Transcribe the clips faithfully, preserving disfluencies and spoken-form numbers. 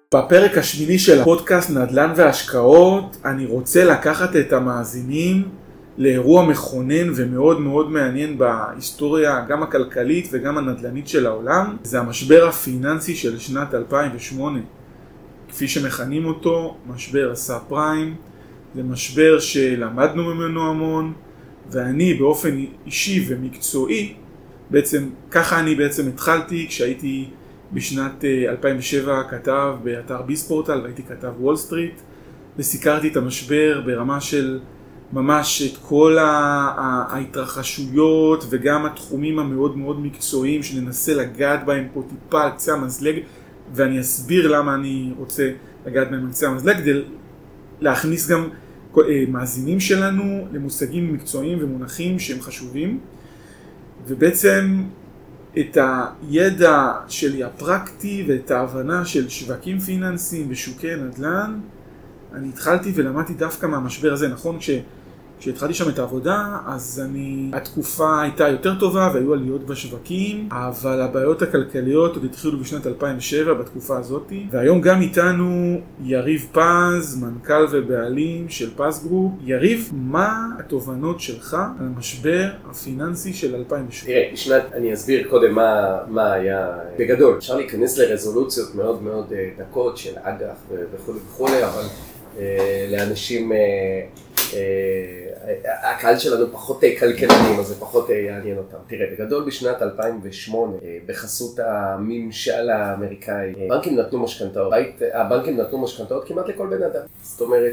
בפרק השמיני של הפודקאסט נדל"ן והשקעות, אני רוצה לקחת את המאזינים לאירוע מכונן ומאוד מאוד מעניין בהיסטוריה גם הכלכלית וגם הנדל"נית של העולם. זה המשבר הפיננסי של שנת אלפיים ושמונה. כפי שמכנים אותו, משבר הסאב פריים. זה משבר שלמדנו ממנו המון, ואני באופן אישי ומקצועי, בעצם ככה אני בעצם התחלתי כשהייתי בשנת אלפיים ושבע כתב באתר ביספורטל, והייתי כתב וול סטריט, וסיקרתי את המשבר ברמה של ממש את כל ההתרחשויות וגם התחומים המאוד מאוד מקצועיים שננסה לגעת בהם פה טיפה על קצה המזלג, ואני אסביר למה אני רוצה לגעת בהם על קצה המזלג, כדי להכניס גם מאזינים שלנו למושגים מקצועיים ומונחים שהם חשובים, ובעצם את הידע שלי הפרקטי ואת ההבנה של שווקים פיננסיים ושוקי נדל"ן, אני התחלתי ולמדתי דווקא מהמשבר הזה. נכון, כש, כשהתחלתי שם את העבודה, אז אני, התקופה הייתה יותר טובה והיו עליות בשווקים, אבל הבעיות הכלכליות עוד התחילו בשנת אלפיים ושבע בתקופה הזאת. והיום גם איתנו יריב פז, מנכ"ל ובעלים של פז גרופ. יריב, מה התובנות שלך על המשבר הפיננסי של אלפיים ושבע? תראה, בשנת, אני אסביר קודם מה, מה היה בגדול. אפשר להיכנס לרזולוציות מאוד מאוד דקות של אג"ח וכו' וכו', אבל אה, לאנשים, אה, אה, הקהל שלנו פחות כלכלנים, אז זה פחות יעניין אותם. תראה, בגדול בשנת אלפיים ושמונה, בחסות הממשל האמריקאי, בנקים נתנו משכנתאות, הבנקים נתנו משכנתאות כמעט לכל בן אדם. זאת אומרת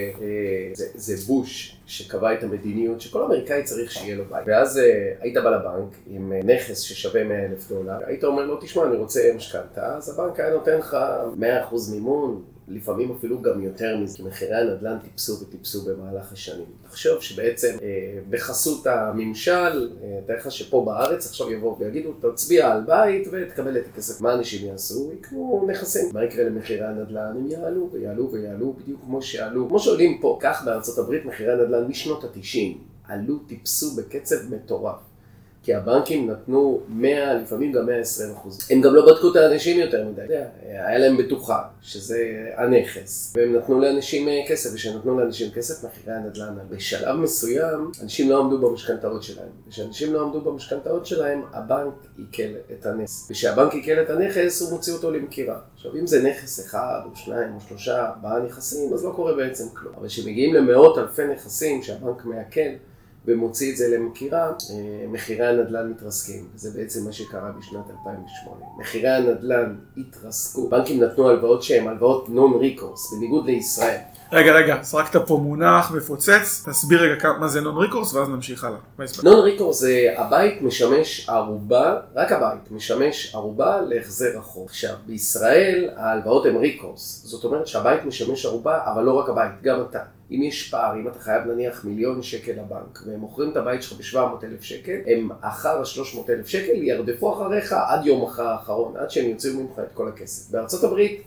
שזה בוש שקבע את המדיניות שכל אמריקאי צריך שיהיה לו בית. ואז היית בא לבנק עם נכס ששווה מאה אלף דולר, היית אומר לו, תשמע, אני רוצה משכנתה, אז הבנק היה נותן לך מאה אחוז מימון, לפעמים אפילו גם יותר מזה, כי מחירי הנדל"ן טיפסו וטיפסו במהלך השנים. תחשוב שבעצם אה, בחסות הממשל, אה, תארך שפה בארץ עכשיו יבואו ויגידו, תצביע על בית ותקבל את הכסף. מה אנשים יעשו? יקנו נכסים. מה יקרה למחירי הנדל"ן? הם יעלו ויעלו ויעלו בדיוק כמו שעלו. כמו שעולים פה, כך בארצות הברית מחירי הנדל"ן משנות ה-תשעים. עלו, טיפסו בקצב מטורף. כי הבנקים נתנו מאה, לפעמים גם מאה ועשרים אחוז. הם גם לא בדקו את האנשים יותר מדי. היה להם בטוחה שזה הנכס, והם נתנו לאנשים כסף, ושנתנו לאנשים כסף, מחירי הנדל"ן. בשלב מסוים, אנשים לא עמדו במשכנתאות שלהם. וכשאנשים לא עמדו במשכנתאות שלהם, הבנק עיקל את הנכס. וכשהבנק עיקל את הנכס, הוא מוציא אותו למכירה. עכשיו, אם זה נכס אחד, או שניים, או שלושה, ארבעה נכסים, אז לא קורה בעצם כלום. אבל כשמגיעים למאות אלפי נכסים שהבנק מעקל, ומוציא את זה למכירה, מחירי הנדל"ן מתרסקים. זה בעצם מה שקרה בשנת אלפיים ושמונה. מחירי הנדל"ן התרסקו. בנקים נתנו הלוואות שהן הלוואות נון-ריקורס, בניגוד לישראל. רגע, רגע, סרקת פה מונח מפוצץ, תסביר רגע מה זה נון-ריקורס ואז נמשיך הלאה. נון-ריקורס זה הבית משמש ערובה, רק הבית משמש ערובה להחזר החוב. עכשיו, בישראל ההלוואות הן ריקורס, זאת אומרת שהבית משמש ערובה, אבל לא רק הבית, גם אתה. אם יש פער, אם אתה חייב נניח מיליון שקל לבנק, והם מוכרים את הבית שלך ב-שבע מאות אלף שקל, הם אחר ה-שלוש מאות אלף שקל ירדפו אחריך עד יום אחר האחרון, עד שהם יוציאו ממך את כל הכסף. בארצות הברית,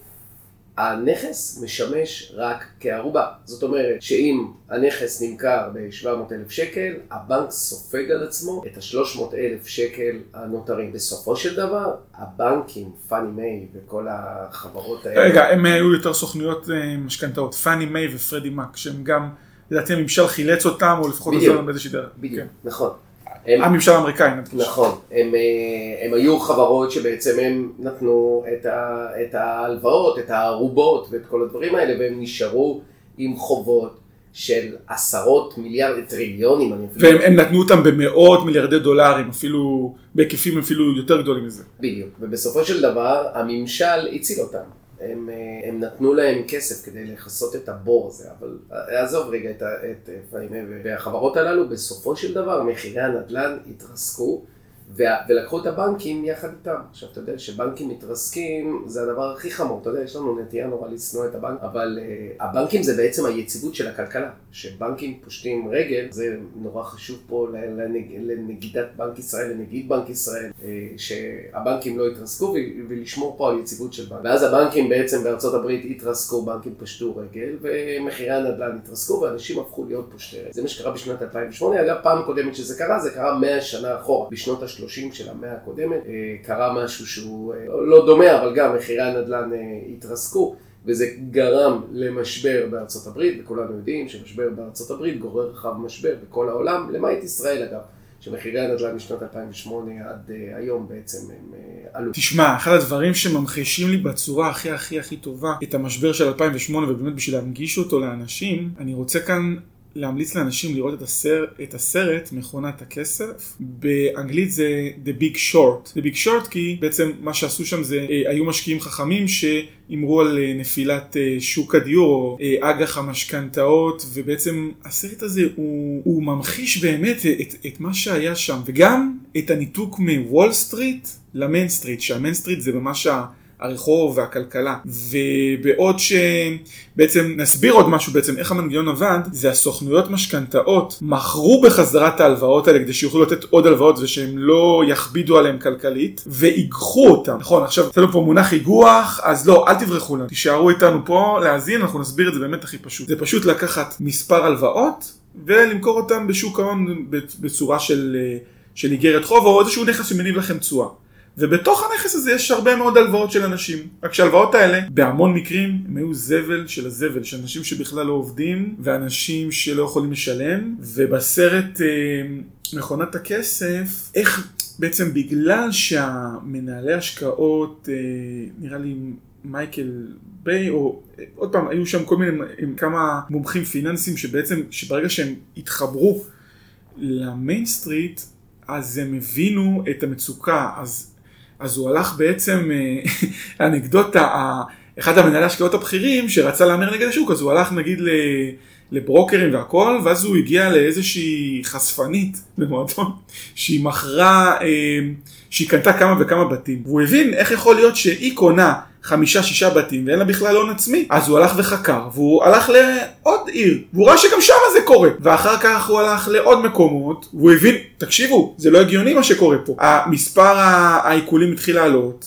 הנכס משמש רק כערובה. זאת אומרת שאם הנכס נמכר ב-שבע מאות אלף שקל, הבנק סופג על עצמו את ה-שלוש מאות אלף שקל הנותרים. בסופו של דבר, הבנקים, פאני מיי וכל החברות האלה... רגע, הם היו יותר סוכנויות משכנתאות, פאני מיי ופרדי מק, שהם גם, לדעתי הממשל חילץ אותם, או לפחות עזר להם באיזושהי דרך. בדיוק, כן. נכון. הם, הממשל האמריקאי. נכון, הם, הם היו חברות שבעצם הם נתנו את, ה, את ההלוואות, את הערובות ואת כל הדברים האלה, והם נשארו עם חובות של עשרות מיליארד טריליונים. והם הם נתנו אותם במאות מיליארדי דולרים, אפילו בהיקפים אפילו יותר גדולים מזה. בדיוק, ובסופו של דבר הממשל הציל אותם. הם, הם נתנו להם כסף כדי לחסות את הבור הזה, אבל עזוב רגע את, את פאני והחברות הללו, בסופו של דבר מחירי הנדל"ן התרסקו, ולקחו את הבנקים יחד איתם. עכשיו, אתה יודע שבנקים מתרסקים, זה הדבר הכי חמור. אתה יודע, יש לנו נטייה נורא לשנוא את הבנק, אבל uh, הבנקים זה בעצם היציבות של הכלכלה. שבנקים פושטים רגל, זה נורא חשוב פה לנג, לנגידת בנק ישראל, לנגיד בנק ישראל, uh, שהבנקים לא יתרסקו ולשמור פה על יציבות של בנק. ואז הבנקים בעצם בארצות הברית התרסקו, בנקים פשטו רגל, ומחירי הנדל"ן התרסקו, ואנשים הפכו להיות פושטי רגל. זה מה שקרה בשנת אלפיים ושמונה. אגב, פעם קודמת שזה קרה, זה קרה מאה שנה אחורה, בשנות ה ה-שלושים של המאה הקודמת, קרה משהו שהוא לא דומה, אבל גם מחירי הנדל"ן התרסקו, וזה גרם למשבר בארצות הברית, וכולנו יודעים שמשבר בארצות הברית גורר רחב משבר בכל העולם, למעט ישראל אגב, שמחירי הנדל"ן משנת אלפיים ושמונה עד היום בעצם הם עלו. תשמע, אחד הדברים שממחישים לי בצורה הכי הכי הכי טובה את המשבר של אלפיים ושמונה, ובאמת בשביל להנגיש אותו לאנשים, אני רוצה כאן להמליץ לאנשים לראות את הסרט, את הסרט מכונת הכסף. באנגלית זה The Big Short. The Big Short כי בעצם מה שעשו שם זה היו משקיעים חכמים שאמרו על נפילת שוק הדיור או אג"ח המשכנתאות, ובעצם הסרט הזה הוא, הוא ממחיש באמת את, את מה שהיה שם, וגם את הניתוק מוול סטריט למיין סטריט, שהמיין סטריט זה ממש ה... הרחוב והכלכלה. ובעוד שבעצם נסביר עוד משהו בעצם איך המנגנון עבד, זה הסוכנויות משכנתאות מכרו בחזרת ההלוואות האלה כדי שיוכלו לתת עוד הלוואות ושהם לא יכבידו עליהם כלכלית, ואיגחו אותם. נכון, עכשיו אצלנו פה מונח איגוח, אז לא, אל תברחו לנו, תישארו איתנו פה להאזין, אנחנו נסביר את זה באמת הכי פשוט. זה פשוט לקחת מספר הלוואות ולמכור אותם בשוק ההון בצורה של, של איגרת חוב או איזשהו נכס שמניב לכם תשואה. ובתוך הנכס הזה יש הרבה מאוד הלוואות של אנשים. רק שההלוואות האלה, בהמון מקרים, הם היו זבל של הזבל, של אנשים שבכלל לא עובדים, ואנשים שלא יכולים לשלם. ובסרט אה, מכונת הכסף, איך בעצם בגלל שהמנהלי השקעות, אה, נראה לי מייקל ביי, או עוד פעם, היו שם כל מיני, עם כמה מומחים פיננסיים, שבעצם, שברגע שהם התחברו למיין סטריט, אז הם הבינו את המצוקה, אז אז הוא הלך בעצם, האנקדוטה, אחד המנהלי השקעות הבכירים שרצה לאמר נגד השוק, אז הוא הלך נגיד לברוקרים והכל, ואז הוא הגיע לאיזושהי חשפנית במועדון, שהיא מכרה, שהיא קנתה כמה וכמה בתים. והוא הבין איך יכול להיות שהיא קונה חמישה, שישה בתים, ואין לה בכלל הון עצמי. אז הוא הלך וחקר, והוא הלך לעוד עיר, והוא ראה שגם שם זה קורה. ואחר כך הוא הלך לעוד מקומות, והוא הבין, תקשיבו, זה לא הגיוני מה שקורה פה. המספר העיקולים התחיל לעלות,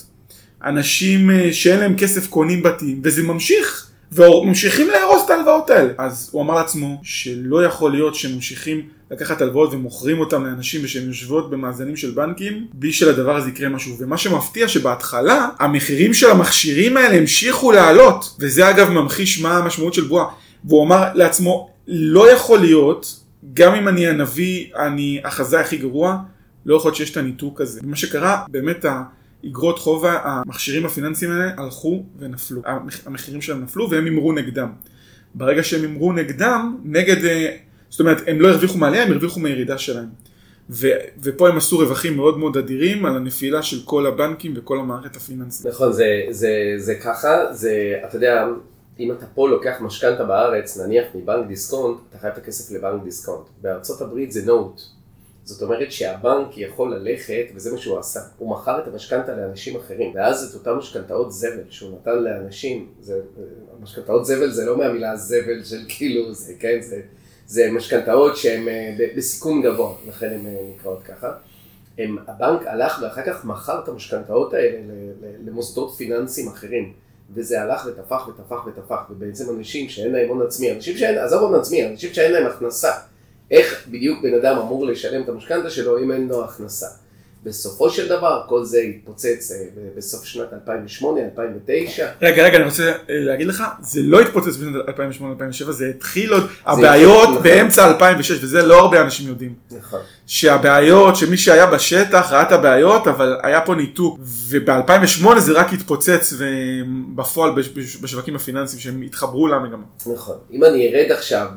אנשים שאין להם כסף קונים בתים, וזה ממשיך, וממשיכים להרוס את ההלוואות האלה. אז הוא אמר לעצמו שלא יכול להיות שממשיכים לקחת הלוואות ומוכרים אותם לאנשים ושהם יושבות במאזנים של בנקים, בלי שלדבר הזה יקרה משהו. ומה שמפתיע שבהתחלה, המחירים של המכשירים האלה המשיכו לעלות, וזה אגב ממחיש מה המשמעות של בועה. והוא אמר לעצמו, לא יכול להיות, גם אם אני הנביא, אני החזאי הכי גרוע, לא יכול להיות שיש את הניתוק הזה. ומה שקרה, באמת האגרות חובה, המכשירים הפיננסיים האלה הלכו ונפלו. המחירים שלהם נפלו והם אמרו נגדם. ברגע שהם אמרו נגדם, נגד, זאת אומרת, הם לא הרוויחו מעליה, הם הרוויחו מהירידה שלהם. ו, ופה הם עשו רווחים מאוד מאוד אדירים על הנפילה של כל הבנקים וכל המערכת הפיננסית. נכון, זה, זה, זה ככה, זה, אתה יודע, אם אתה פה לוקח משכנתה בארץ, נניח מבנק דיסקונט, אתה חייב את הכסף לבנק דיסקונט. בארצות הברית זה נוט. זאת אומרת שהבנק יכול ללכת, וזה מה שהוא עשה. הוא מכר את המשכנתה לאנשים אחרים, ואז את אותם משכנתאות זבל שהוא נתן לאנשים, זה, המשכנתאות זבל זה לא מהמילה זבל של כאילו, זה, כן, זה, זה משכנתאות שהן בסיכון גבוה, לכן הן נקראות ככה. הם, הבנק הלך ואחר כך מכר את המשכנתאות האלה למוסדות פיננסיים אחרים, וזה הלך ותפח ותפח ותפח, ובעצם אנשים שאין להם הון עצמי, אנשים שאין, עזוב הון עצמי, אנשים שאין להם הכנסה. איך בדיוק בן אדם אמור לשלם את המשכנתה שלו אם אין לו הכנסה? בסופו של דבר כל זה התפוצץ בסוף שנת אלפיים ושמונה אלפיים ותשע. רגע, רגע, אני רוצה להגיד לך, זה לא התפוצץ בשנת אלפיים ושמונה אלפיים ושבע, זה התחיל עוד, הבעיות באמצע אלפיים ושש, וזה לא הרבה אנשים יודעים. נכון. שהבעיות, שמי שהיה בשטח ראה את הבעיות, אבל היה פה ניתוק, וב-אלפיים ושמונה זה רק התפוצץ בפועל בשווקים הפיננסיים שהם התחברו למגמה. נכון. אם אני ארד עכשיו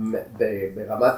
ברמת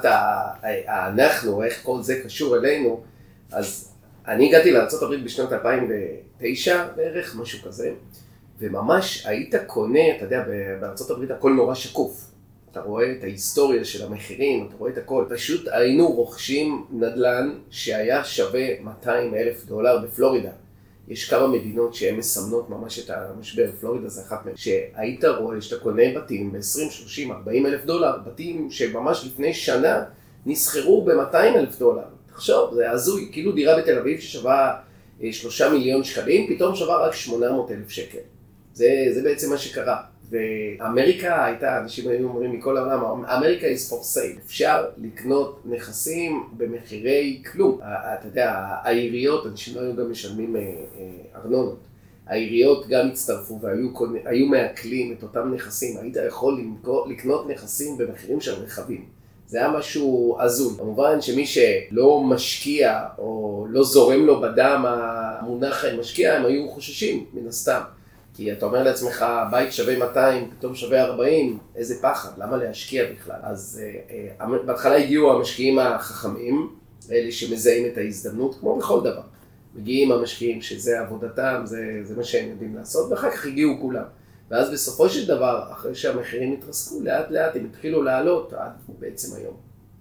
אנחנו, איך כל זה קשור אלינו, אז אני הגעתי לארצות הברית בשנת אלפיים ותשע בערך, משהו כזה, וממש היית קונה, אתה יודע, בארצות הברית הכל נורא שקוף. אתה רואה את ההיסטוריה של המחירים, אתה רואה את הכל. פשוט היינו רוכשים נדל"ן שהיה שווה מאתיים אלף דולר בפלורידה. יש כמה מדינות שהן מסמנות ממש את המשבר, פלורידה זה אחת מהן. שהיית רואה שאתה קונה בתים ב-עשרים, שלושים, ארבעים אלף דולר, בתים שממש לפני שנה נסחרו ב-מאתיים אלף דולר. עכשיו, זה הזוי, כאילו דירה בתל אביב ששווה שלושה מיליון שקלים, פתאום שווה רק שמונה מאות אלף שקל. זה, זה בעצם מה שקרה. ואמריקה הייתה, אנשים היו אומרים מכל העולם, אמריקה is for sale. אפשר לקנות נכסים במחירי כלום. אתה יודע, העיריות, אנשים לא היו גם משלמים ארנונות. העיריות גם הצטרפו והיו מעכלים את אותם נכסים. היית יכול לקנות נכסים במחירים של רכבים. זה היה משהו עזול. כמובן שמי שלא משקיע או לא זורם לו בדם המונח משקיע, הם היו חוששים מן הסתם. כי אתה אומר לעצמך, בית שווה מאתיים, פתאום שווה ארבעים, איזה פחד, למה להשקיע בכלל? אז uh, uh, בהתחלה הגיעו המשקיעים החכמים, אלה שמזהים את ההזדמנות, כמו בכל דבר. מגיעים המשקיעים שזה עבודתם, זה, זה מה שהם יודעים לעשות, ואחר כך הגיעו כולם. ואז בסופו של דבר, אחרי שהמחירים התרסקו, לאט לאט הם התחילו לעלות עד בעצם היום.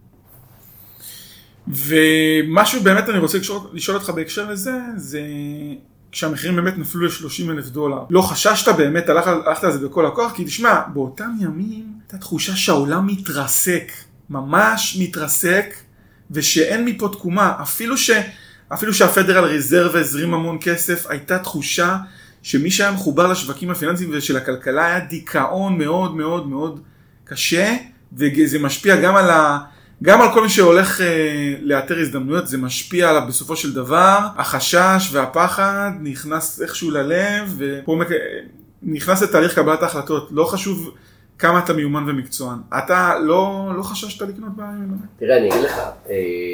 ומשהו באמת אני רוצה לשאול אותך בהקשר לזה, זה כשהמחירים באמת נפלו ל-שלושים אלף דולר. לא חששת באמת, הלכת על זה בכל הכוח, כי תשמע, באותם ימים הייתה תחושה שהעולם מתרסק, ממש מתרסק, ושאין מפה תקומה. אפילו, ש, אפילו שהפדרל ריזרב הזרים המון כסף, הייתה תחושה שמי שהיה מחובר לשווקים הפיננסיים ושל הכלכלה היה דיכאון מאוד מאוד מאוד קשה, וזה משפיע גם על ה... גם על כל מי שהולך אה, לאתר הזדמנויות, זה משפיע עליו בסופו של דבר. החשש והפחד נכנס איכשהו ללב, ופה נכנס לתהליך קבלת ההחלטות. לא חשוב כמה אתה מיומן ומקצוען. אתה לא, לא חששת לקנות בימים? תראה, אני אגיד לך, אה,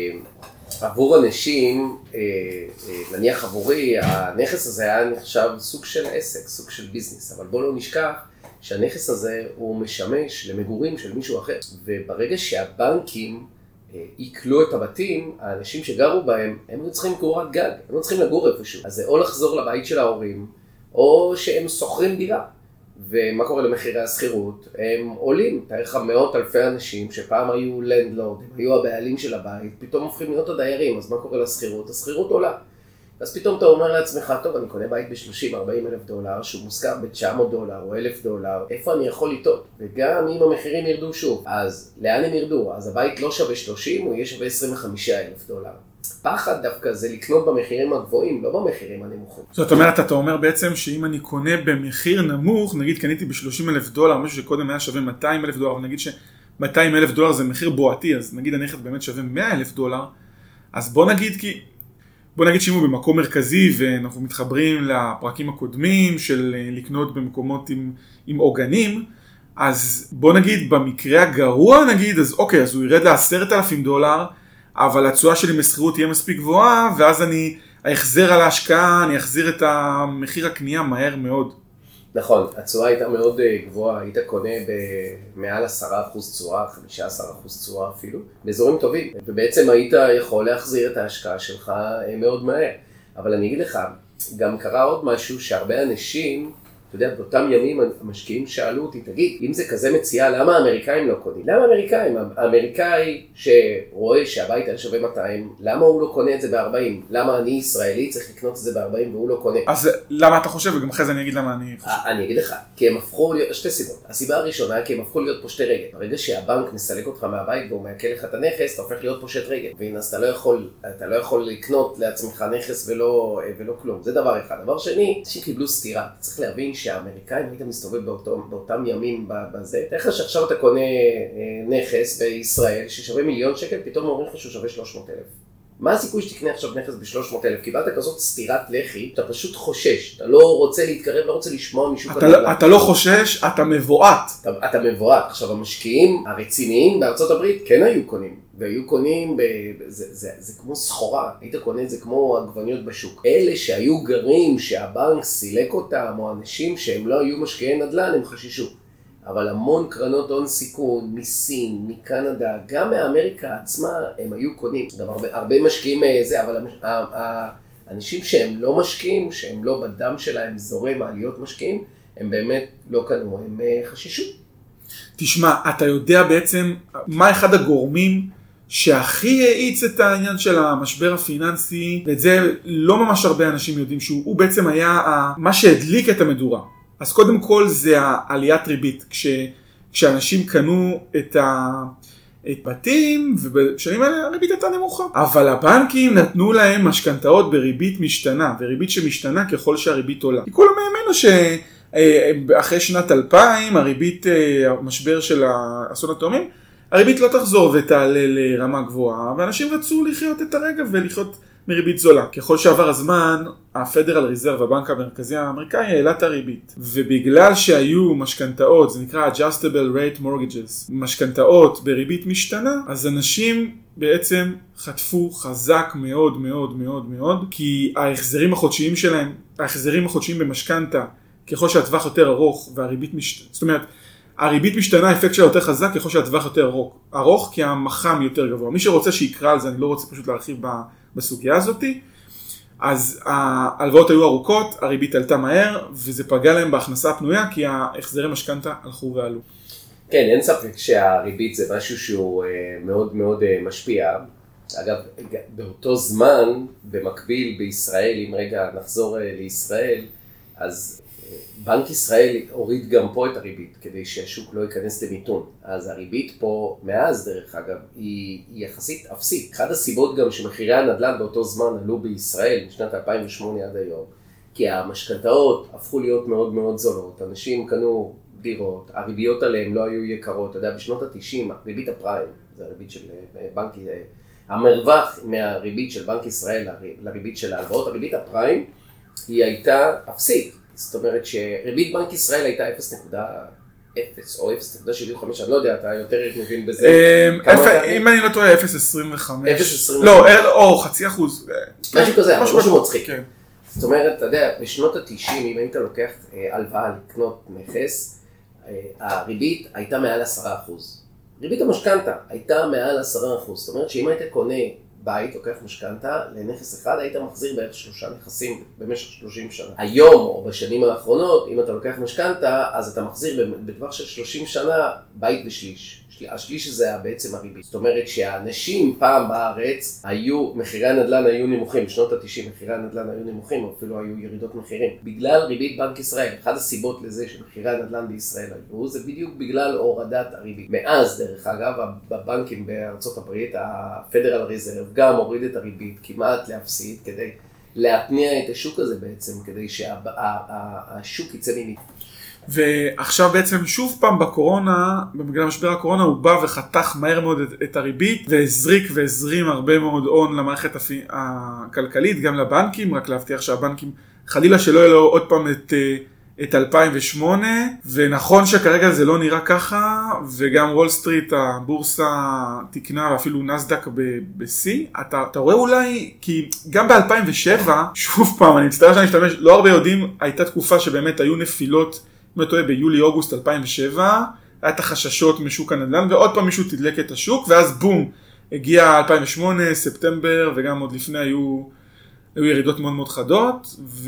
עבור אנשים, אה, אה, נניח עבורי, הנכס הזה היה נחשב סוג של עסק, סוג של ביזנס, אבל בוא לא נשכח, שהנכס הזה הוא משמש למגורים של מישהו אחר. וברגע שהבנקים יקלו את הבתים, האנשים שגרו בהם, הם לא צריכים קורת גג, הם לא צריכים לגור איפשהו. אז זה או לחזור לבית של ההורים, או שהם שוכרים דירה. ומה קורה למחירי השכירות? הם עולים. תאר לך מאות אלפי אנשים שפעם היו לנדלורד, הם היו הבעלים של הבית, פתאום הופכים להיות הדיירים. אז מה קורה לשכירות? השכירות עולה. אז פתאום אתה אומר לעצמך, טוב, אני קונה בית ב-שלושים ארבעים אלף דולר, שהוא מושכר ב-תשע מאות דולר או אלף דולר, איפה אני יכול לטעות? וגם אם המחירים ירדו שוב, אז לאן הם ירדו? אז הבית לא שווה שלושים, הוא יהיה שווה עשרים וחמישה אלף דולר. פחד דווקא זה לקנות במחירים הגבוהים, לא במחירים הנמוכים. זאת אומרת, אתה אומר בעצם שאם אני קונה במחיר נמוך, נגיד קניתי ב-שלושים אלף דולר, משהו שקודם היה שווה מאתיים אלף דולר, אבל נגיד ש-מאתיים אלף דולר זה מחיר בועתי, אז נגיד הנכס באמת שווה מאה אלף דולר, אז בוא נגיד כי... בוא נגיד שאם הוא במקום מרכזי, ואנחנו מתחברים לפרקים הקודמים של לקנות במקומות עם, עם עוגנים, אז בוא נגיד במקרה הגרוע נגיד, אז אוקיי, אז הוא ירד ל-עשרת אלפים דולר, אבל התשואה שלי מסחירות תהיה מספיק גבוהה, ואז אני אחזר על ההשקעה, אני אחזיר את המחיר הקנייה מהר מאוד. נכון, התשואה הייתה מאוד גבוהה, היית קונה במעל עשרה אחוז תשואה, חמישה עשר אחוז תשואה אפילו, באזורים טובים, ובעצם היית יכול להחזיר את ההשקעה שלך מאוד מהר. אבל אני אגיד לך, גם קרה עוד משהו שהרבה אנשים, אתה יודע, באותם ימים המשקיעים שאלו אותי, תגיד, אם זה כזה מציאה, למה האמריקאים לא קונים? למה האמריקאים? האמריקאי שרואה שהבית היה שווה מאתיים, למה הוא לא קונה את זה ב-ארבעים? למה אני ישראלי צריך לקנות את זה ב-ארבעים והוא לא קונה? אז למה אתה חושב? וגם אחרי זה אני אגיד למה אני חושב. אני אגיד לך, כי הם הפכו להיות, שתי סיבות. הסיבה הראשונה, כי הם הפכו להיות פושטי רגל. ברגע שהבנק מסלק אותך מהבית והוא מעקל לך את הנכס, אתה הופך להיות פושט רגל. והנה, אז אתה לא יכול, אתה לא יכול לקנות לעצמך נכס ולא, ולא כלום. זה דבר אחד. דבר שני, שקיבלו סתירה. צריך להבין שהאמריקאים היית מסתובב באותם, באותם ימים בזה. איך שעכשיו אתה קונה נכס בישראל ששווה מיליון שקל, פתאום אומרים לך שהוא שווה שלוש מאות אלף. מה הסיכוי שתקנה עכשיו נכס ב-שלוש מאות אלף? קיבלת כזאת סתירת לחי, אתה פשוט חושש, אתה לא רוצה להתקרב, לא רוצה לשמוע מישהו כזה. לא, אתה לא חושש, אתה מבועת. אתה, אתה מבועת. עכשיו, המשקיעים הרציניים בארצות הברית כן היו קונים, והיו קונים, ב, זה, זה, זה כמו סחורה, היית קונה את זה כמו עגבניות בשוק. אלה שהיו גרים, שהבנק סילק אותם, או אנשים שהם לא היו משקיעי נדל"ן, הם חשישו. אבל המון קרנות הון סיכון, מסין, מקנדה, גם מאמריקה עצמה, הם היו קונים. גם הרבה, הרבה משקיעים זה, אבל האנשים שהם לא משקיעים, שהם לא בדם שלהם זורם העליות משקיעים, הם באמת לא קנו, הם חשישו. תשמע, אתה יודע בעצם מה אחד הגורמים שהכי האיץ את העניין של המשבר הפיננסי, ואת זה לא ממש הרבה אנשים יודעים, שהוא בעצם היה מה שהדליק את המדורה. אז קודם כל זה העליית ריבית, כש, כשאנשים קנו את הבתים, ובשנים האלה הריבית הייתה נמוכה. אבל הבנקים נתנו להם משכנתאות בריבית משתנה, וריבית שמשתנה ככל שהריבית עולה. כי כולם האמינו אחרי שנת אלפיים, הריבית, המשבר של האסון התאומים, הריבית לא תחזור ותעלה לרמה גבוהה, ואנשים רצו לחיות את הרגע ולחיות מריבית זולה. ככל שעבר הזמן, הפדרל ריזרב, הבנק המרכזי האמריקאי, העלה את הריבית. ובגלל שהיו משכנתאות, זה נקרא adjustable rate mortgages, משכנתאות בריבית משתנה, אז אנשים בעצם חטפו חזק מאוד מאוד מאוד מאוד, כי ההחזרים החודשיים שלהם, ההחזרים החודשיים במשכנתה, ככל שהטווח יותר ארוך והריבית משתנה, זאת אומרת, הריבית משתנה, האפקט שלה יותר חזק ככל שהטווח יותר ארוך, ארוך כי המחם יותר גבוה. מי שרוצה שיקרא על זה, אני לא רוצה פשוט להרחיב בסוגיה הזאת, אז ההלוואות היו ארוכות, הריבית עלתה מהר, וזה פגע להם בהכנסה הפנויה, כי ההחזרי משכנתה הלכו ועלו. כן, אין ספק שהריבית זה משהו שהוא מאוד מאוד משפיע. אגב, באותו זמן, במקביל בישראל, אם רגע נחזור לישראל, אז בנק ישראל הוריד גם פה את הריבית, כדי שהשוק לא ייכנס למיתון. אז הריבית פה, מאז דרך אגב, היא, היא יחסית אפסית. אחת הסיבות גם שמחירי הנדל"ן באותו זמן עלו בישראל, משנת אלפיים ושמונה עד היום, כי המשכנתאות הפכו להיות מאוד מאוד זולות. אנשים קנו דירות, הריביות עליהם לא היו יקרות. אתה יודע, בשנות ה-תשעים, ריבית הפריים, זה הריבית של בנק, המרווח מהריבית של בנק ישראל לריבית של ההלוואות, הריבית הפריים היא הייתה אפסית. זאת אומרת שריבית בנק ישראל הייתה אפס נקודה אפס או אפס נקודה שבעים וחמש, אני לא יודע, אתה יותר מבין בזה. אם אני לא טועה, אפס נקודה עשרים וחמש. אפס נקודה עשרים וחמש. לא, או חצי אחוז. משהו כזה, משהו מצחיק. זאת אומרת, אתה יודע, בשנות ה-תשעים, אם היית לוקח הלוואה לקנות נכס, הריבית הייתה מעל עשרה אחוז. ריבית המשכנתה הייתה מעל עשרה אחוז. זאת אומרת שאם היית קונה בית, לוקח משכנתה, לנכס אחד היית מחזיר בערך שלושה נכסים במשך שלושים שנה. היום או בשנים האחרונות, אם אתה לוקח משכנתה, אז אתה מחזיר בטווח של שלושים שנה בית בשליש. השליש הזה היה בעצם הריבית. זאת אומרת שהאנשים פעם בארץ היו, מחירי הנדל"ן היו נמוכים, בשנות ה-תשעים מחירי הנדל"ן היו נמוכים, אפילו היו ירידות מחירים. בגלל ריבית בנק ישראל, אחת הסיבות לזה שמחירי הנדל"ן בישראל היו, זה בדיוק בגלל הורדת הריבית. מאז, דרך אגב, בבנקים בארצות הברית, הפדרל ריזרב גם הוריד את הריבית כמעט לאפסית, כדי להתניע את השוק הזה בעצם, כדי שהשוק יצא ממנו. ועכשיו בעצם שוב פעם בקורונה, בגלל משבר הקורונה, הוא בא וחתך מהר מאוד את, את הריבית, והזריק והזרים הרבה מאוד הון למערכת הכלכלית, גם לבנקים, רק להבטיח שהבנקים, חלילה שלא יהיה לו עוד פעם את, את אלפיים ושמונה, ונכון שכרגע זה לא נראה ככה, וגם וול סטריט, הבורסה תקנה, ואפילו נסדק ב-C, אתה, אתה רואה אולי, כי גם ב-אלפיים ושבע, שוב פעם, אני מצטער שאני אשתמש, לא הרבה יודעים, הייתה תקופה שבאמת היו נפילות, אם אתה טועה, ביולי-אוגוסט אלפיים ושבע, היה את החששות משוק הנדל"ן, ועוד פעם מישהו תדלק את השוק, ואז בום, הגיע אלפיים ושמונה, ספטמבר, וגם עוד לפני היו, היו ירידות מאוד מאוד חדות,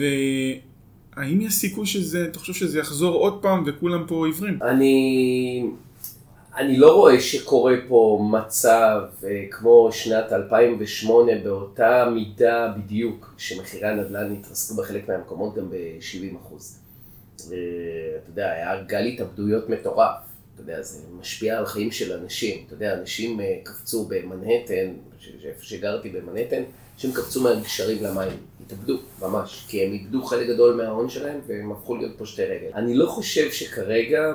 והאם יש סיכוי שזה, אתה חושב שזה יחזור עוד פעם, וכולם פה עיוורים? אני, אני לא רואה שקורה פה מצב כמו שנת אלפיים ושמונה, באותה מידה בדיוק, שמחירי הנדל"ן התרסקו בחלק מהמקומות גם ב-שבעים אחוז. אתה יודע, היה גל התאבדויות מטורף, אתה יודע, זה משפיע על חיים של אנשים, אתה יודע, אנשים קפצו במנהטן, איפה שגרתי במנהטן, אנשים קפצו מהגשרים למים, התאבדו ממש, כי הם איבדו חלק גדול מההון שלהם והם הפכו להיות פושטי רגל. אני לא חושב שכרגע,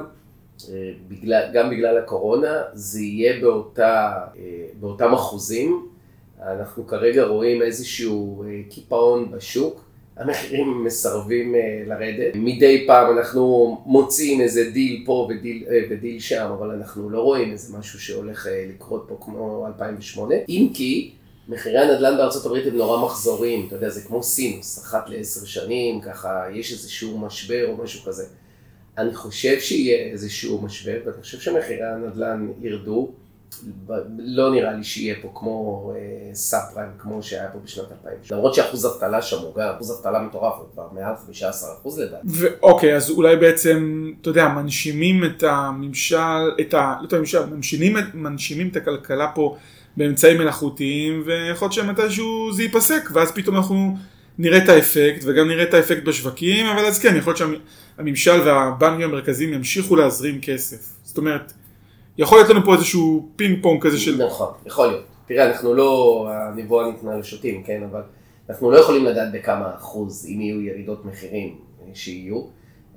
גם בגלל הקורונה, זה יהיה באותה, באותם אחוזים. אנחנו כרגע רואים איזשהו קיפאון בשוק, המחירים מסרבים לרדת. מדי פעם אנחנו מוצאים איזה דיל פה ודיל, ודיל שם, אבל אנחנו לא רואים איזה משהו שהולך לקרות פה כמו אלפיים ושמונה. אם כי מחירי הנדל"ן בארצות הברית הם נורא מחזוריים, אתה יודע, זה כמו סינוס, אחת לעשר שנים, ככה יש איזשהו משבר או משהו כזה. אני חושב שיהיה איזשהו משבר, ואני חושב שמחירי הנדל"ן ירדו. לא נראה לי שיהיה פה כמו סאב פריים, כמו שהיה פה בשנת אלפיים. למרות שאחוז אבטלה שם הוא גם, אחוז אבטלה מטורף, הוא כבר מעל חמישה עשר אחוז לדעת. ואוקיי, אז אולי בעצם, אתה יודע, מנשימים את הממשל, את ה... לא את הממשל, מנשימים, מנשימים את הכלכלה פה באמצעים מלאכותיים, ויכול להיות שמתישהו זה ייפסק, ואז פתאום אנחנו נראה את האפקט, וגם נראה את האפקט בשווקים, אבל אז כן, יכול להיות שהממשל והבנקים המרכזיים ימשיכו להזרים כסף. זאת אומרת, יכול להיות לנו פה איזשהו פינג פונג כזה של... נכון, יכול להיות. תראה, אנחנו לא, הנבואה ניתנה לשוטים, כן? אבל אנחנו לא יכולים לדעת בכמה אחוז, אם יהיו ירידות מחירים שיהיו.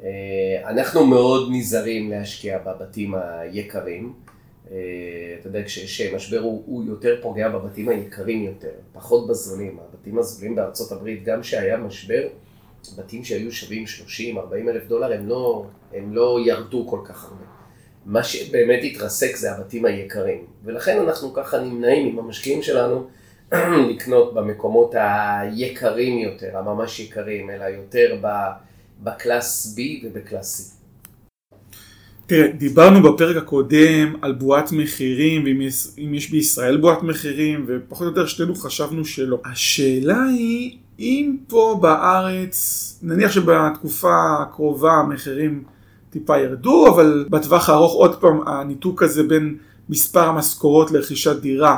אנחנו מאוד נזהרים להשקיע בבתים היקרים. אתה יודע, כשיש משבר הוא, הוא יותר פוגע בבתים היקרים יותר, פחות בזולים. הבתים הזולים בארצות הברית, גם שהיה משבר, בתים שהיו שווים שלושים ארבעים אלף דולר, הם לא, הם לא ירדו כל כך הרבה. מה שבאמת התרסק זה הבתים היקרים. ולכן אנחנו ככה נמנעים עם המשקיעים שלנו לקנות במקומות היקרים יותר, הממש יקרים, אלא יותר בקלאס B ובקלאס C. תראה, דיברנו בפרק הקודם על בועת מחירים, ואם יש, אם יש בישראל בועת מחירים, ופחות או יותר שתינו חשבנו שלא. השאלה היא, אם פה בארץ, נניח שבתקופה הקרובה המחירים טיפה ירדו, אבל בטווח הארוך עוד פעם הניתוק הזה בין מספר המשכורות לרכישת דירה,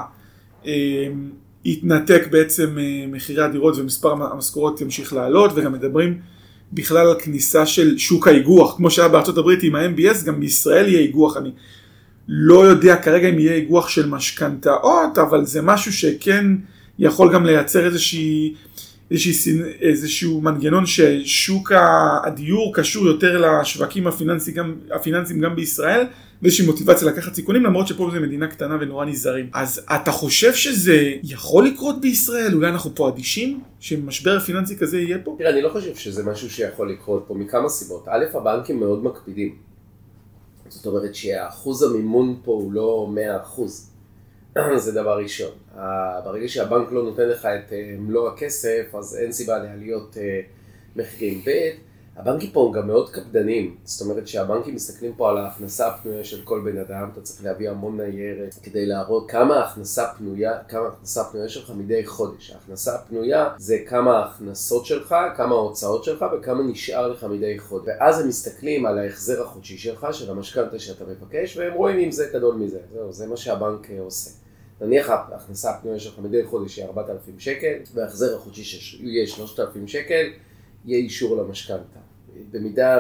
יתנתק בעצם מחירי הדירות ומספר המשכורות ימשיך לעלות, וגם מדברים בכלל על כניסה של שוק האיגוח, כמו שהיה בארצות הברית עם ה-אם בי אס, גם בישראל יהיה איגוח. אני לא יודע כרגע אם יהיה איגוח של משכנתאות, אבל זה משהו שכן יכול גם לייצר איזושהי, איזושהי, איזשהו מנגנון ששוק הדיור קשור יותר לשווקים הפיננסיים גם, הפיננסיים גם בישראל, ואיזושהי מוטיבציה לקחת סיכונים, למרות שפה זו מדינה קטנה ונורא נזהרים. אז אתה חושב שזה יכול לקרות בישראל? אולי אנחנו פה אדישים? שמשבר פיננסי כזה יהיה פה? תראה, אני לא חושב שזה משהו שיכול לקרות פה מכמה סיבות. א', הבנקים מאוד מקפידים. זאת אומרת שהאחוז המימון פה הוא לא מאה אחוז. זה דבר ראשון. ברגע שהבנק לא נותן לך את מלוא הכסף, אז אין סיבה לעליות מחירים. ב', הבנקים פה הם גם מאוד קפדנים, זאת אומרת שהבנקים מסתכלים פה על ההכנסה הפנויה של כל בן אדם, אתה צריך להביא המון ניירת כדי להראות כמה ההכנסה פנויה, כמה ההכנסה הפנויה שלך מדי חודש. ההכנסה הפנויה זה כמה ההכנסות שלך, כמה ההוצאות שלך וכמה נשאר לך מדי חודש. ואז הם מסתכלים על ההחזר החודשי שלך, של המשכנתא שאתה מבקש, והם רואים אם זה גדול מזה. זהו, זה מה שהבנק עושה. נניח ההכנסה הפנויה שלך מדי חודש היא ארבעת אלפים שקל, וההחזר החודשי יהיה שלושת אלפים שקל, יהיה אישור למשכנתא. במידה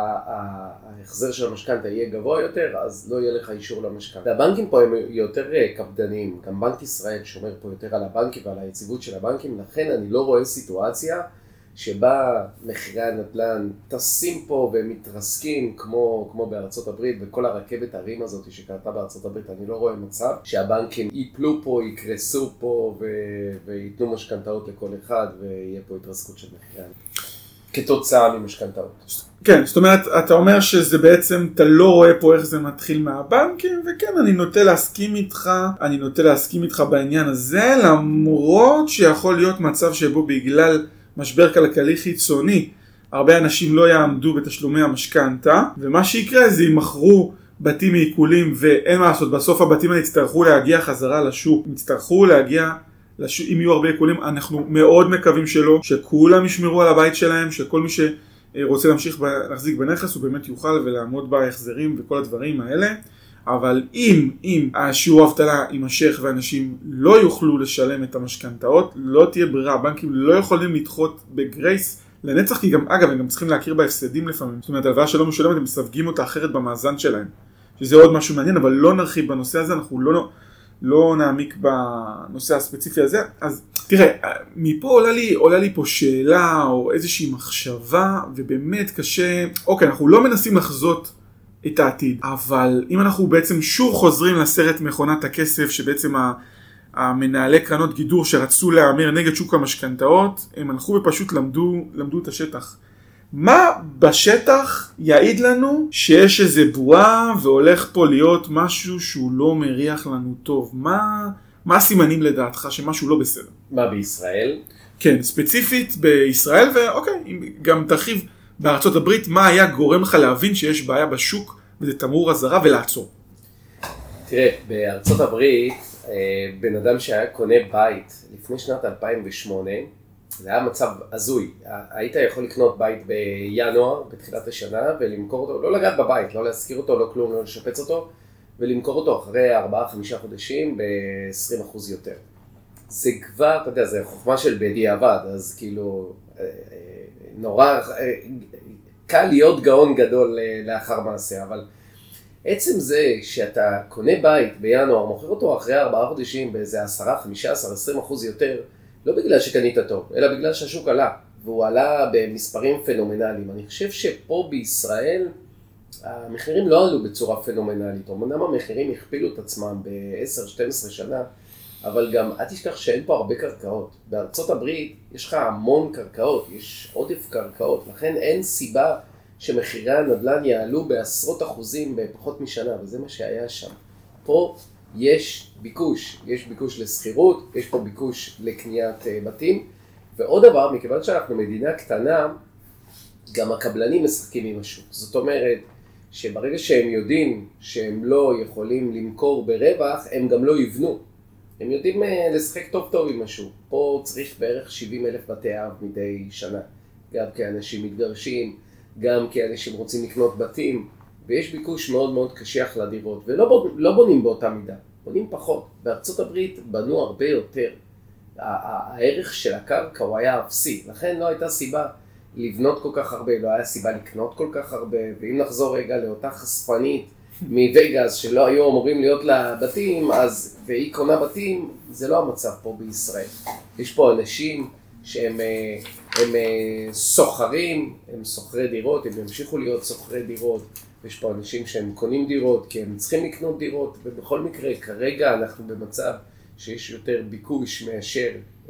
וההחזר של המשכנתא יהיה גבוה יותר, אז לא יהיה לך אישור למשכנתא. והבנקים פה הם יותר קפדניים, גם בנק ישראל שומר פה יותר על הבנקים ועל היציבות של הבנקים, לכן אני לא רואה סיטואציה שבה מחירי הנדל"ן טסים פה ומתרסקים כמו, כמו בארצות הברית, וכל הרכבת הרים הזאת שקרתה בארצות הברית, אני לא רואה מצב שהבנקים ייפלו פה, יקרסו פה ו... ויתנו משכנתאות לכל אחד ויהיה פה התרסקות של מחירי כתוצאה ממשכנתאות. כן, זאת אומרת, אתה אומר שזה בעצם, אתה לא רואה פה איך זה מתחיל מהבנקים, וכן, אני נוטה להסכים איתך, אני נוטה להסכים איתך בעניין הזה, למרות שיכול להיות מצב שבו בגלל משבר כלכלי חיצוני, הרבה אנשים לא יעמדו בתשלומי המשכנתא, ומה שיקרה זה ימכרו בתים מעיקולים, ואין מה לעשות, בסוף הבתים האלה יצטרכו להגיע חזרה לשוק, יצטרכו להגיע לשוק, אם יהיו הרבה עיקולים, אנחנו מאוד מקווים שלא, שכולם ישמרו על הבית שלהם, שכל מי שרוצה להמשיך להחזיק בנכס, הוא באמת יוכל ולעמוד בהחזרים וכל הדברים האלה. אבל אם, אם השיעור האבטלה יימשך ואנשים לא יוכלו לשלם את המשכנתאות, לא תהיה ברירה, הבנקים לא יכולים לדחות בגרייס לנצח, כי גם, אגב, הם גם צריכים להכיר בהפסדים לפעמים. זאת אומרת, הלוואה שלא משולמת, הם מסווגים אותה אחרת במאזן שלהם. שזה עוד משהו מעניין, אבל לא נרחיב בנושא הזה, אנחנו לא, לא נעמיק בנושא הספציפי הזה. אז תראה, מפה עולה לי, עולה לי פה שאלה או איזושהי מחשבה, ובאמת קשה, אוקיי, אנחנו לא מנסים לחזות את העתיד, אבל אם אנחנו בעצם שוב חוזרים לסרט מכונת הכסף, שבעצם המנהלי קרנות גידור שרצו להאמר נגד שוק המשכנתאות, הם הלכו ופשוט למדו, למדו את השטח. מה בשטח יעיד לנו שיש איזה בועה והולך פה להיות משהו שהוא לא מריח לנו טוב? מה, מה הסימנים לדעתך שמשהו לא בסדר? מה בישראל? כן, ספציפית בישראל, ואוקיי, גם תרחיב בארצות הברית, מה היה גורם לך להבין שיש בעיה בשוק וזה תמרור אזהרה ולעצור? תראה, בארצות הברית, בן אדם שהיה קונה בית לפני שנת אלפיים ושמונה, זה היה מצב הזוי. היית יכול לקנות בית בינואר, בתחילת השנה, ולמכור אותו, לא לגעת בבית, לא להזכיר אותו, לא כלום, לא לשפץ אותו, ולמכור אותו אחרי ארבעה חמישה חודשים ב-עשרים אחוז יותר. זה כבר, אתה יודע, זה חוכמה של בדיעבד, אז כאילו, נורא, קל להיות גאון גדול לאחר מעשה, אבל עצם זה שאתה קונה בית בינואר, מוכר אותו אחרי ארבעה חודשים באיזה עשרה, חמישה עשר, עשרים אחוז יותר, לא בגלל שקנית טוב, אלא בגלל שהשוק עלה. והוא עלה במספרים פנומנליים. אני חושב שפה בישראל המחירים לא עלו בצורה פנומנלית. אמנם המחירים הכפילו את עצמם ב-עשר שתים עשרה שנה, אבל גם אל תשכח שאין פה הרבה קרקעות. בארצות הברית יש לך המון קרקעות, יש עודף קרקעות, לכן אין סיבה שמחירי הנדל"ן יעלו בעשרות אחוזים בפחות משנה, וזה מה שהיה שם. פה יש ביקוש, יש ביקוש לסחירות, יש פה ביקוש לקניית בתים, ועוד דבר, מכיוון שאנחנו מדינה קטנה, גם הקבלנים משחקים עם השוק. זאת אומרת, שברגע שהם יודעים שהם לא יכולים למכור ברווח, הם גם לא יבנו. הם יודעים לשחק טוב טוב עם השוק. פה צריך בערך שבעים אלף בתי אב מדי שנה. גם כאנשים מתגרשים, גם כאנשים רוצים לקנות בתים, ויש ביקוש מאוד מאוד קשיח לדירות, ולא לא בונים באותה מידה, בונים פחות. בארצות הברית בנו הרבה יותר. הערך של הקרקע הוא היה אפסי, לכן לא הייתה סיבה לבנות כל כך הרבה, לא היה סיבה לקנות כל כך הרבה, ואם נחזור רגע לאותה חשפנית מווגאס שלא היו אמורים להיות לה בתים, אז והיא קונה בתים, זה לא המצב פה בישראל. יש פה אנשים שהם הם סוחרים, הם סוחרי דירות, הם ימשיכו להיות סוחרי דירות, יש פה אנשים שהם קונים דירות כי הם צריכים לקנות דירות, ובכל מקרה כרגע אנחנו במצב שיש יותר ביקוש מאשר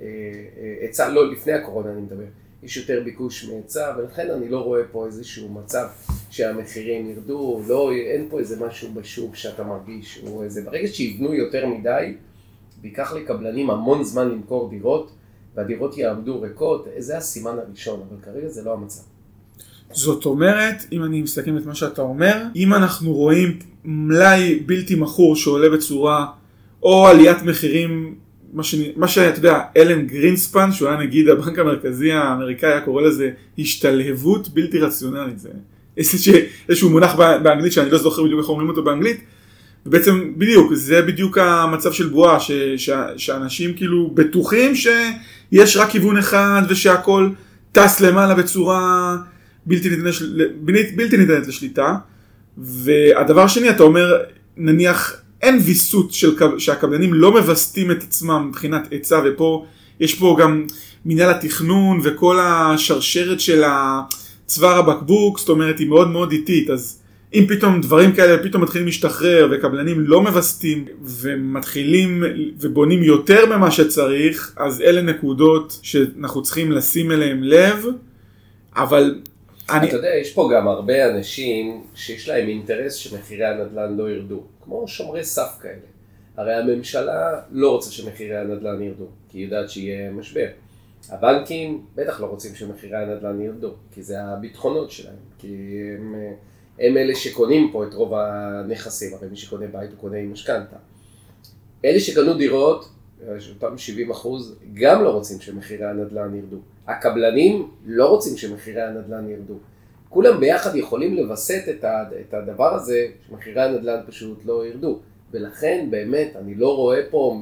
היצע, לא לפני הקורונה אני מדבר, יש יותר ביקוש מהיצע, ולכן אני לא רואה פה איזשהו מצב שהמחירים ירדו, לא, אין פה איזה משהו בשוק שאתה מרגיש, או איזה, ברגע שיבנו יותר מדי, ויקח לקבלנים המון זמן למכור דירות, והדירות יעמדו ריקות, זה הסימן הראשון, אבל כרגע זה לא המצב. זאת אומרת, אם אני מסתכל את מה שאתה אומר, אם אנחנו רואים מלאי בלתי מכור שעולה בצורה, או עליית מחירים, מה, ש... מה שאתה יודע, אלן גרינספן, שהוא היה נגיד הבנק המרכזי האמריקאי, היה קורא לזה השתלהבות בלתי רציונלית. זה איזשהו מונח באנגלית, שאני לא זוכר בדיוק איך אומרים אותו באנגלית, ובעצם בדיוק, זה בדיוק המצב של בועה, ש... ש... שאנשים כאילו בטוחים שיש רק כיוון אחד, ושהכל טס למעלה בצורה בלתי ניתנת, בלתי ניתנת לשליטה. והדבר שני, אתה אומר, נניח, אין ויסות של, שהקבלנים לא מבסטים את עצמם מבחינת היצע, ופה יש פה גם מנהל התכנון וכל השרשרת של צוואר הבקבוק, זאת אומרת היא מאוד מאוד איטית, אז אם פתאום דברים כאלה פתאום מתחילים להשתחרר וקבלנים לא מבסטים ומתחילים ובונים יותר ממה שצריך, אז אלה נקודות שאנחנו צריכים לשים אליהם לב, אבל אני... אתה יודע, יש פה גם הרבה אנשים שיש להם אינטרס שמחירי הנדל"ן לא ירדו, כמו שומרי סף כאלה. הרי הממשלה לא רוצה שמחירי הנדל"ן ירדו, כי היא יודעת שיהיה משבר. הבנקים בטח לא רוצים שמחירי הנדל"ן ירדו, כי זה הביטחונות שלהם, כי הם, הם אלה שקונים פה את רוב הנכסים, הרי מי שקונה בית הוא קונה עם משכנתה. אלה שקנו דירות, אותם שבעים אחוז, גם לא רוצים שמחירי הנדל"ן ירדו. הקבלנים לא רוצים שמחירי הנדל"ן ירדו. כולם ביחד יכולים לבסט את הדבר הזה, שמחירי הנדל"ן פשוט לא ירדו. ולכן באמת אני לא רואה פה,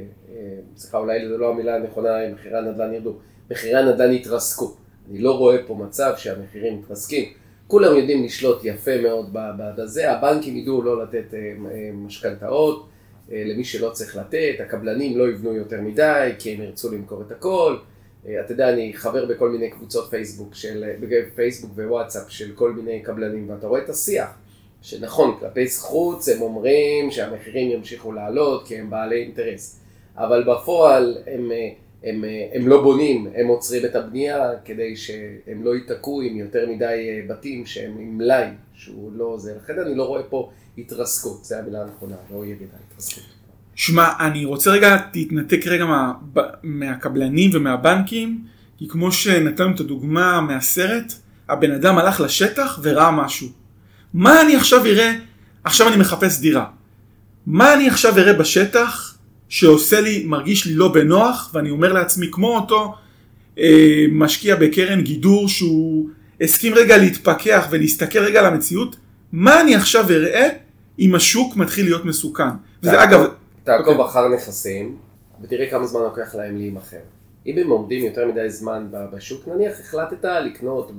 סליחה אולי זה לא המילה הנכונה, מחירי הנדל"ן ירדו. מחירי הנדל"ן יתרסקו. אני לא רואה פה מצב שהמחירים יתרסקים. כולם יודעים לשלוט יפה מאוד בזה, הבנקים ידעו לא לתת משכנתאות, למי שלא צריך לתת, הקבלנים לא יבנו יותר מדי, כי הם ירצו למכור את הכל. אתה יודע, אני חבר בכל מיני קבוצות פייסבוק, של, פייסבוק ווואטסאפ של כל מיני קבלנים, ואתה רואה את השיח, שנכון, כלפי חוץ הם אומרים שהמחירים ימשיכו לעלות, כי הם בעלי אינטרס. אבל בפועל הם, הם, הם לא בונים, הם עוצרים את הבנייה, כדי שהם לא ייתקעו עם יותר מדי בתים שהם עם מלאי, שהוא לא זה. לכן אני לא רואה פה התרסקות, זה המילה הנכונה, לא ירידה, התרסקות. שמע, אני רוצה רגע, תתנתק רגע מה, מהקבלנים ומהבנקים, כי כמו שנתנו את הדוגמה מהסרט, הבן אדם הלך לשטח וראה משהו. מה אני עכשיו אראה? עכשיו אני מחפש דירה. מה אני עכשיו אראה בשטח שעושה לי, מרגיש לי לא בנוח, ואני אומר לעצמי, כמו אותו אה, משקיע בקרן גידור, שהוא הסכים רגע להתפקח ולהסתכל רגע על המציאות, מה אני עכשיו אראה אם השוק מתחיל להיות מסוכן? וזה אגב... תעקוב אחר נכסים, ותראה כמה זמן לוקח להם להימכר. אם הם עומדים יותר מדי זמן בשוק, נניח החלטת לקנות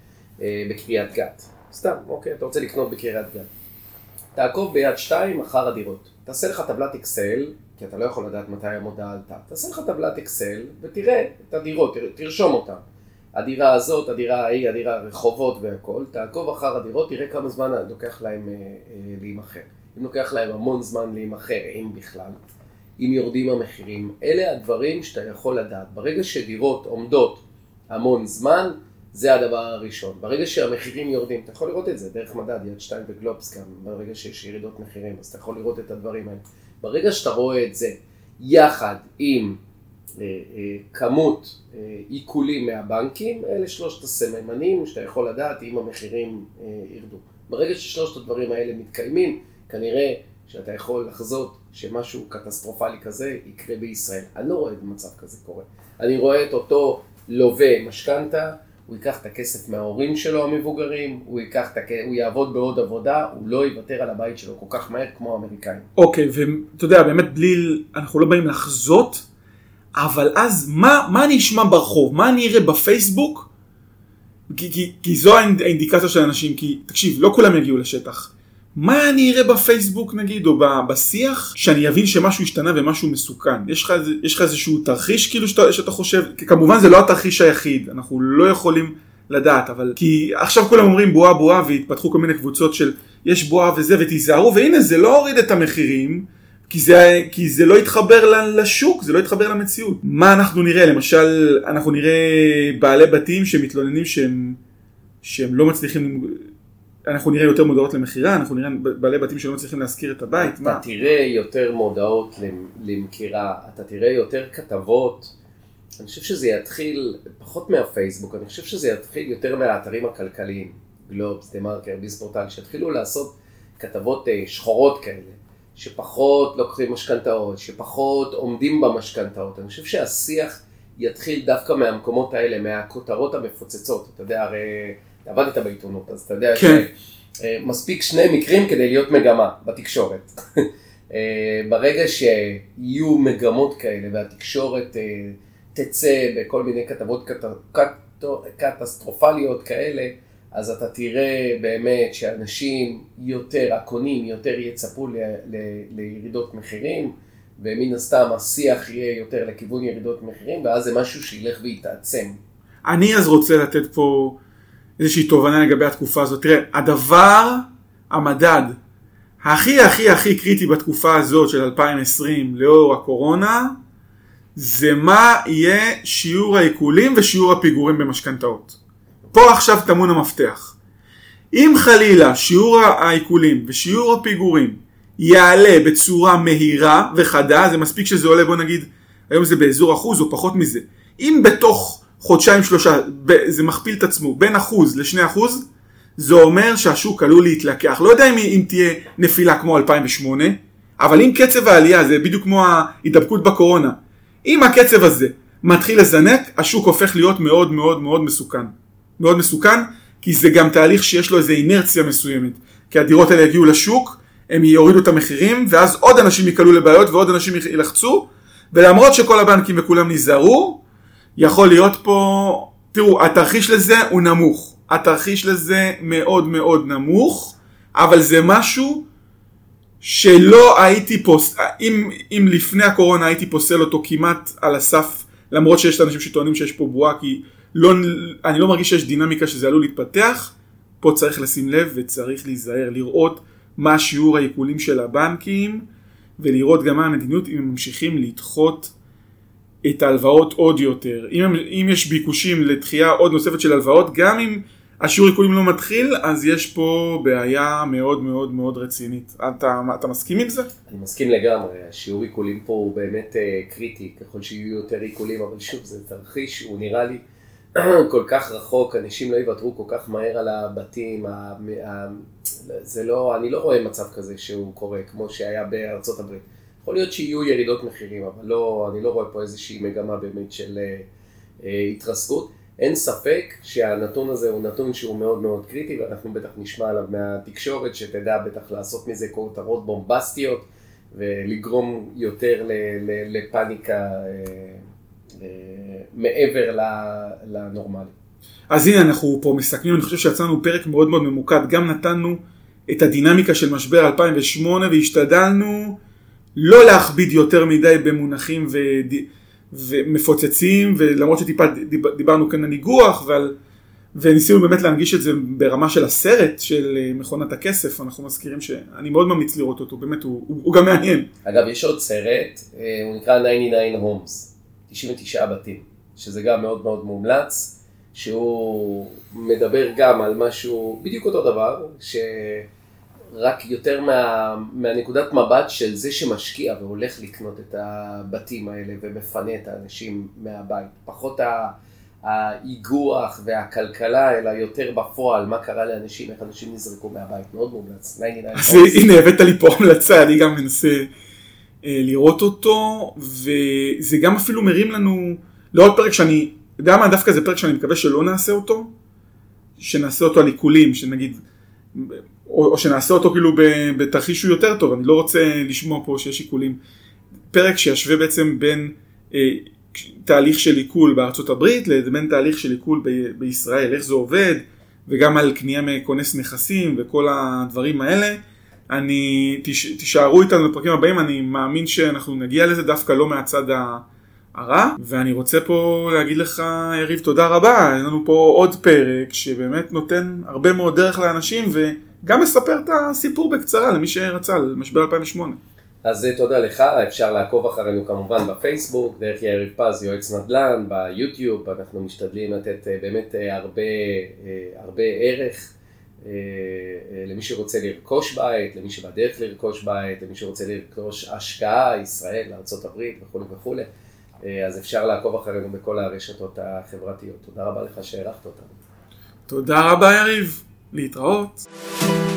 בקריית גת. סתם, אוקיי, אתה רוצה לקנות בקריית גת. תעקוב ביד שתיים אחר הדירות. תעשה לך טבלת אקסל, כי אתה לא יכול לדעת מתי המודעה עלתה. תעשה לך טבלת אקסל ותראה את הדירות, תרשום אותן. הדירה הזאת, הדירה ההיא, הדירה רחובות והכל, תעקוב אחר הדירות, תראה כמה זמן לוקח להם אה, אה, להימחר. אם לוקח להם המון זמן להימחר, אם בכלל, אם יורדים המחירים, אלה הדברים שאתה יכול לדעת. ברגע שדירות עומדות המון זמן, זה הדבר הראשון. ברגע שהמחירים יורדים, אתה יכול לראות את זה דרך מדד, יד שתיים וגלובס גם, ברגע שיש ירידות מחירים, אז אתה יכול לראות את הדברים האלה. ברגע שאתה רואה את זה יחד עם אה, אה, כמות אה, עיקולים מהבנקים, אלה שלושת הסממנים שאתה יכול לדעת אם המחירים אה, ירדו. ברגע ששלושת הדברים האלה מתקיימים, כנראה שאתה יכול לחזות שמשהו קטסטרופלי כזה יקרה בישראל. אני לא רואה את מצב כזה קורה. אני רואה את אותו לווה משכנתה, הוא ייקח את הכסף מההורים שלו המבוגרים, הוא, ייקח את הכ... הוא יעבוד בעוד עבודה, הוא לא יוותר על הבית שלו כל כך מהר כמו האמריקאים. אוקיי, ואתה יודע, באמת בלי, אנחנו לא באים לחזות, אבל אז מה, מה נשמע ברחוב? מה אני אראה בפייסבוק? כי, כי, כי זו האינדיקציה של אנשים, כי תקשיב, לא כולם יגיעו לשטח. מה אני אראה בפייסבוק נגיד, או בשיח, שאני אבין שמשהו השתנה ומשהו מסוכן? יש לך, יש לך איזשהו תרחיש כאילו שאתה, שאתה חושב? כמובן זה לא התרחיש היחיד, אנחנו לא יכולים לדעת, אבל כי עכשיו כולם אומרים בועה בועה, והתפתחו כל מיני קבוצות של יש בועה וזה, ותיזהרו, והנה זה לא הוריד את המחירים, כי זה, כי זה לא יתחבר לשוק, זה לא יתחבר למציאות. מה אנחנו נראה? למשל, אנחנו נראה בעלי בתים שמתלוננים שהם, שהם לא מצליחים... אנחנו נראה יותר מודעות למחירה, אנחנו נראה בעלי בתים שלא מצליחים להזכיר את הבית. אתה תראה יותר מודעות למחירה, אתה תראה יותר כתבות. אני חושב שזה יתחיל, פחות מהפייסבוק, אני חושב שזה יתחיל יותר מהאתרים הכלכליים, גלובס, דה מרקר, ביזפורטל, שיתחילו לעשות כתבות שחורות כאלה, שפחות לוקחים משכנתאות, שפחות עומדים במשכנתאות. אני חושב שהשיח יתחיל דווקא מהמקומות האלה, מהכותרות המפוצצות. אתה יודע, הרי... עבדת בעיתונות, אז אתה יודע כן. שמספיק שני מקרים כדי להיות מגמה בתקשורת. ברגע שיהיו מגמות כאלה והתקשורת תצא בכל מיני כתבות קטסטרופליות כאלה, אז אתה תראה באמת שאנשים יותר, הקונים יותר יצפו ל- ל- לירידות מחירים, ומן הסתם השיח יהיה יותר לכיוון ירידות מחירים, ואז זה משהו שילך ויתעצם. אני אז רוצה לתת פה איזושהי תובנה לגבי התקופה הזאת. תראה, הדבר, המדד, הכי הכי הכי קריטי בתקופה הזאת של אלפיים עשרים לאור הקורונה, זה מה יהיה שיעור העיקולים ושיעור הפיגורים במשכנתאות. פה עכשיו טמון המפתח. אם חלילה שיעור העיקולים ושיעור הפיגורים יעלה בצורה מהירה וחדה, זה מספיק שזה עולה, בוא נגיד, היום זה באזור אחוז או פחות מזה. אם בתוך חודשיים שלושה, זה מכפיל את עצמו, בין אחוז לשני אחוז, זה אומר שהשוק עלול להתלקח. לא יודע אם, אם תהיה נפילה כמו אלפיים ושמונה, אבל אם קצב העלייה, זה בדיוק כמו ההידבקות בקורונה, אם הקצב הזה מתחיל לזנק, השוק הופך להיות מאוד מאוד מאוד מסוכן. מאוד מסוכן, כי זה גם תהליך שיש לו איזו אינרציה מסוימת. כי הדירות האלה יגיעו לשוק, הם יורידו את המחירים, ואז עוד אנשים יקלו לבעיות ועוד אנשים ילחצו, ולמרות שכל הבנקים וכולם נזהרו, יכול להיות פה, תראו, התרחיש לזה הוא נמוך. התרחיש לזה מאוד מאוד נמוך, אבל זה משהו שלא הייתי פוס... אם, אם לפני הקורונה הייתי פוסל אותו כמעט על הסף, למרות שיש אנשים שטוענים שיש פה בועה, כי לא, אני לא מרגיש שיש דינמיקה שזה עלול להתפתח, פה צריך לשים לב וצריך להיזהר, לראות מה שיעור העיקולים של הבנקים, ולראות גם מה המדיניות אם הם ממשיכים לדחות את ההלוואות עוד יותר. אם, אם יש ביקושים לתחייה עוד נוספת של הלוואות, גם אם השיעור עיקולים לא מתחיל, אז יש פה בעיה מאוד מאוד מאוד רצינית. אתה, אתה מסכים עם זה? אני מסכים לגמרי. השיעור עיקולים פה הוא באמת uh, קריטי, ככל שיהיו יותר עיקולים, אבל שוב, זה תרחיש, הוא נראה לי כל כך רחוק, אנשים לא יוותרו כל כך מהר על הבתים, ה, ה, זה לא, אני לא רואה מצב כזה שהוא קורה, כמו שהיה בארצות הברית. יכול להיות שיהיו ירידות מחירים, אבל לא, אני לא רואה פה איזושהי מגמה באמת של uh, uh, התרסקות. אין ספק שהנתון הזה הוא נתון שהוא מאוד מאוד קריטי, ואנחנו בטח נשמע עליו מהתקשורת, שתדע בטח לעשות מזה כותרות בומבסטיות, ולגרום יותר לפאניקה מעבר לנורמלי. אז הנה אנחנו פה מסכמים, אני חושב שיצאנו פרק מאוד מאוד ממוקד, גם נתנו את הדינמיקה של משבר אלפיים ושמונה, והשתדלנו לא להכביד יותר מדי במונחים וד... ומפוצצים, ולמרות שטיפה דיברנו כאן על ניגוח, ועל, וניסינו באמת להנגיש את זה ברמה של הסרט של מכונת הכסף. אנחנו מזכירים שאני מאוד ממליץ לראות אותו, באמת הוא, הוא, הוא גם מעניין. אגב, יש עוד סרט, הוא נקרא תשעים ותשע Homes, תשעים ותשעה בתים, שזה גם מאוד מאוד מומלץ, שהוא מדבר גם על משהו, בדיוק אותו דבר, שרק יותר מה, מהנקודת מבט של זה שמשקיע והולך לקנות את הבתים האלה ומפנה את האנשים מהבית. פחות האיגוח והכלכלה, אלא יותר בפועל, מה קרה לאנשים, איך אנשים נזרקו מהבית. מאוד מומלץ. אז הנה, הבאת לי פה המלצה, אני גם מנסה לראות אותו, וזה גם אפילו מרים לנו, לא עוד פרק שאני, יודע מה, דווקא זה פרק שאני מקווה שלא נעשה אותו, שנעשה אותו על עיקולים, שנגיד, או, או שנעשה אותו כאילו בתרחיש שהוא יותר טוב, אני לא רוצה לשמוע פה שיש עיקולים. פרק שישווה בעצם בין אה, תהליך של עיקול בארצות הברית, לבין תהליך של עיקול ב- בישראל, איך זה עובד, וגם על קנייה מכונס נכסים וכל הדברים האלה. אני, תש, תשארו איתנו בפרקים הבאים, אני מאמין שאנחנו נגיע לזה דווקא לא מהצד ה... הרע, ואני רוצה פה להגיד לך, יריב, תודה רבה. אין לנו פה עוד פרק שבאמת נותן הרבה מאוד דרך לאנשים, וגם מספר את הסיפור בקצרה למי שרצה, למשבר אלפיים ושמונה. אז תודה לך, אפשר לעקוב אחרינו כמובן בפייסבוק, דרך יריב פז, יועץ נדל"ן, ביוטיוב, אנחנו משתדלים לתת באמת הרבה, הרבה ערך למי שרוצה לרכוש בית, למי שבדרך לרכוש בית, למי שרוצה לרכוש השקעה, ישראל, ארצות הברית וכו' וכו'. אז אפשר לעקוב אחרינו בכל הרשתות החברתיות. תודה רבה לך שהערכת אותנו. תודה רבה יריב, להתראות.